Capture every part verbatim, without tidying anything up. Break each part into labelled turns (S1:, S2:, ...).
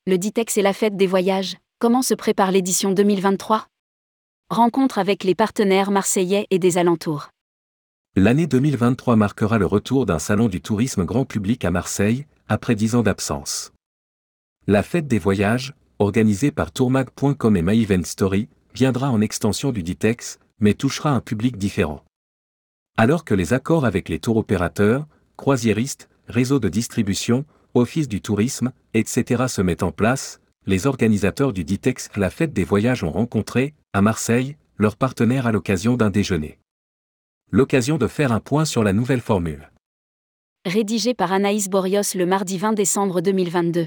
S1: Le Ditex et la fête des voyages, comment se prépare l'édition deux mille vingt-trois ? Rencontre avec les partenaires marseillais et des alentours.
S2: L'année deux mille vingt-trois marquera le retour d'un salon du tourisme grand public à Marseille, après dix ans d'absence. La fête des voyages, organisée par tourmag point com et My Event Story, viendra en extension du Ditex, mais touchera un public différent. Alors que les accords avec les tours opérateurs, croisiéristes, réseaux de distribution, office du tourisme, et cetera se mettent en place, les organisateurs du Ditex, la fête des voyages, ont rencontré, à Marseille, leurs partenaires à l'occasion d'un déjeuner. L'occasion de faire un point sur la nouvelle formule.
S1: Rédigé par Anaïs Borios le mardi vingt décembre deux mille vingt-deux.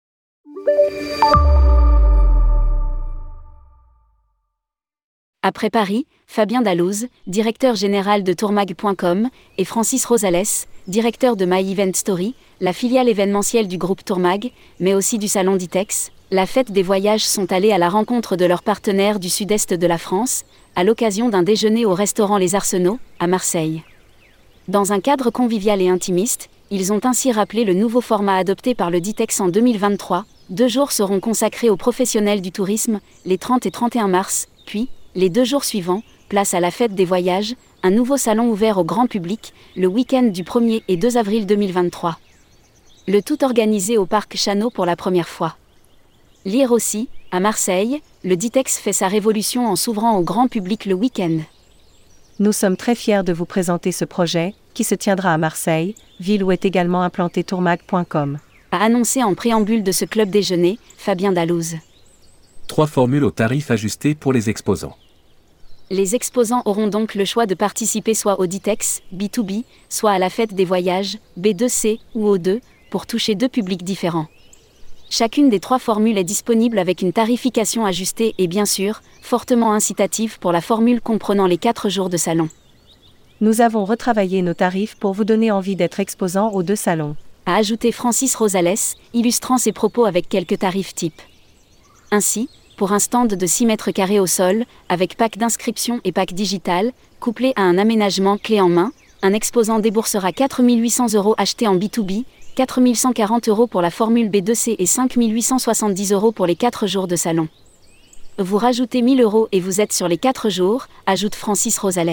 S1: Après Paris, Fabien Dallouz, directeur général de tourmag point com, et Francis Rosales, directeur de My Event Story, la filiale événementielle du groupe Tourmag, mais aussi du salon Ditex, la fête des voyages, sont allés à la rencontre de leurs partenaires du sud-est de la France, à l'occasion d'un déjeuner au restaurant Les Arsenaux, à Marseille. Dans un cadre convivial et intimiste, ils ont ainsi rappelé le nouveau format adopté par le Ditex en deux mille vingt-trois. Deux jours seront consacrés aux professionnels du tourisme, les trente et trente et un mars, puis, les deux jours suivants, place à la fête des voyages, un nouveau salon ouvert au grand public, le week-end du premier et deux avril deux mille vingt-trois. Le tout organisé au parc Chano pour la première fois. Lire aussi, à Marseille, le Ditex fait sa révolution en s'ouvrant au grand public le week-end.
S3: Nous sommes très fiers de vous présenter ce projet, qui se tiendra à Marseille, ville où est également implanté tourmag point com.
S1: A annoncé en préambule de ce club déjeuner, Fabien Dallouz.
S2: Trois formules aux tarifs ajustés pour les exposants.
S1: Les exposants auront donc le choix de participer soit au Ditex, B deux B, soit à la fête des voyages, B deux C, ou O deux, pour toucher deux publics différents. Chacune des trois formules est disponible avec une tarification ajustée et bien sûr, fortement incitative pour la formule comprenant les quatre jours de salon.
S3: Nous avons retravaillé nos tarifs pour vous donner envie d'être exposant aux deux salons,
S1: a ajouté Francis Rosales, illustrant ses propos avec quelques tarifs types. Ainsi, pour un stand de six mètres carrés au sol, avec pack d'inscription et pack digital, couplé à un aménagement clé en main, un exposant déboursera quatre mille huit cents euros achetés en B deux B, quatre mille cent quarante euros pour la formule B deux C et cinq mille huit cent soixante-dix euros pour les quatre jours de salon. Vous rajoutez mille euros et vous êtes sur les quatre jours, ajoute Francis Rosales.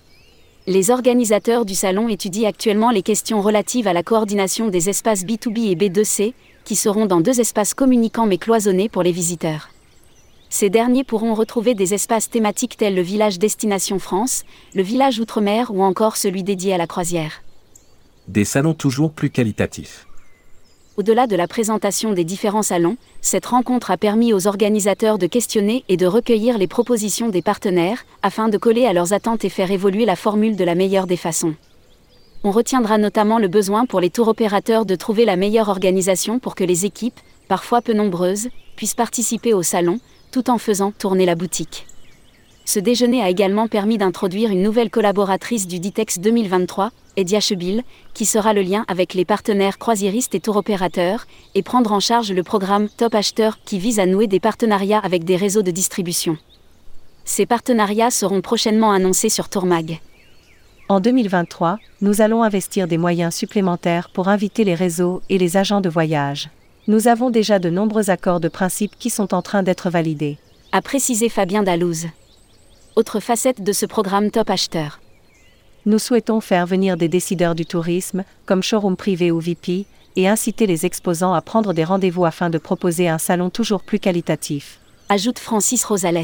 S1: Les organisateurs du salon étudient actuellement les questions relatives à la coordination des espaces B deux B et B deux C, qui seront dans deux espaces communicants mais cloisonnés pour les visiteurs. Ces derniers pourront retrouver des espaces thématiques tels le village Destination France, le village Outre-mer ou encore celui dédié à la croisière.
S2: Des salons toujours plus qualitatifs.
S1: Au-delà de la présentation des différents salons, cette rencontre a permis aux organisateurs de questionner et de recueillir les propositions des partenaires, afin de coller à leurs attentes et faire évoluer la formule de la meilleure des façons. On retiendra notamment le besoin pour les tours opérateurs de trouver la meilleure organisation pour que les équipes, parfois peu nombreuses, puissent participer au salon, tout en faisant tourner la boutique. Ce déjeuner a également permis d'introduire une nouvelle collaboratrice du Ditex deux mille vingt-trois, Edia Chebil, qui sera le lien avec les partenaires croisiéristes et tour opérateurs, et prendre en charge le programme Top Acheteur qui vise à nouer des partenariats avec des réseaux de distribution. Ces partenariats seront prochainement annoncés sur Tourmag.
S3: En deux mille vingt-trois, nous allons investir des moyens supplémentaires pour inviter les réseaux et les agents de voyage. Nous avons déjà de nombreux accords de principe qui sont en train d'être validés,
S1: a précisé Fabien Dallouz. Autre facette de ce programme Top Acheteur.
S3: Nous souhaitons faire venir des décideurs du tourisme, comme showroom privé ou V I P, et inciter les exposants à prendre des rendez-vous afin de proposer un salon toujours plus qualitatif,
S1: ajoute Francis Rosales.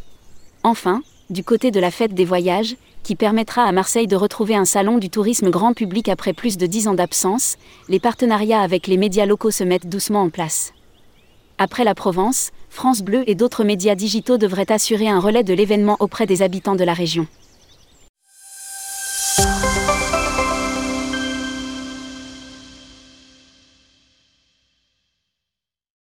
S1: Enfin, du côté de la fête des voyages, qui permettra à Marseille de retrouver un salon du tourisme grand public après plus de dix ans d'absence, les partenariats avec les médias locaux se mettent doucement en place. Après la Provence, France Bleu et d'autres médias digitaux devraient assurer un relais de l'événement auprès des habitants de la région.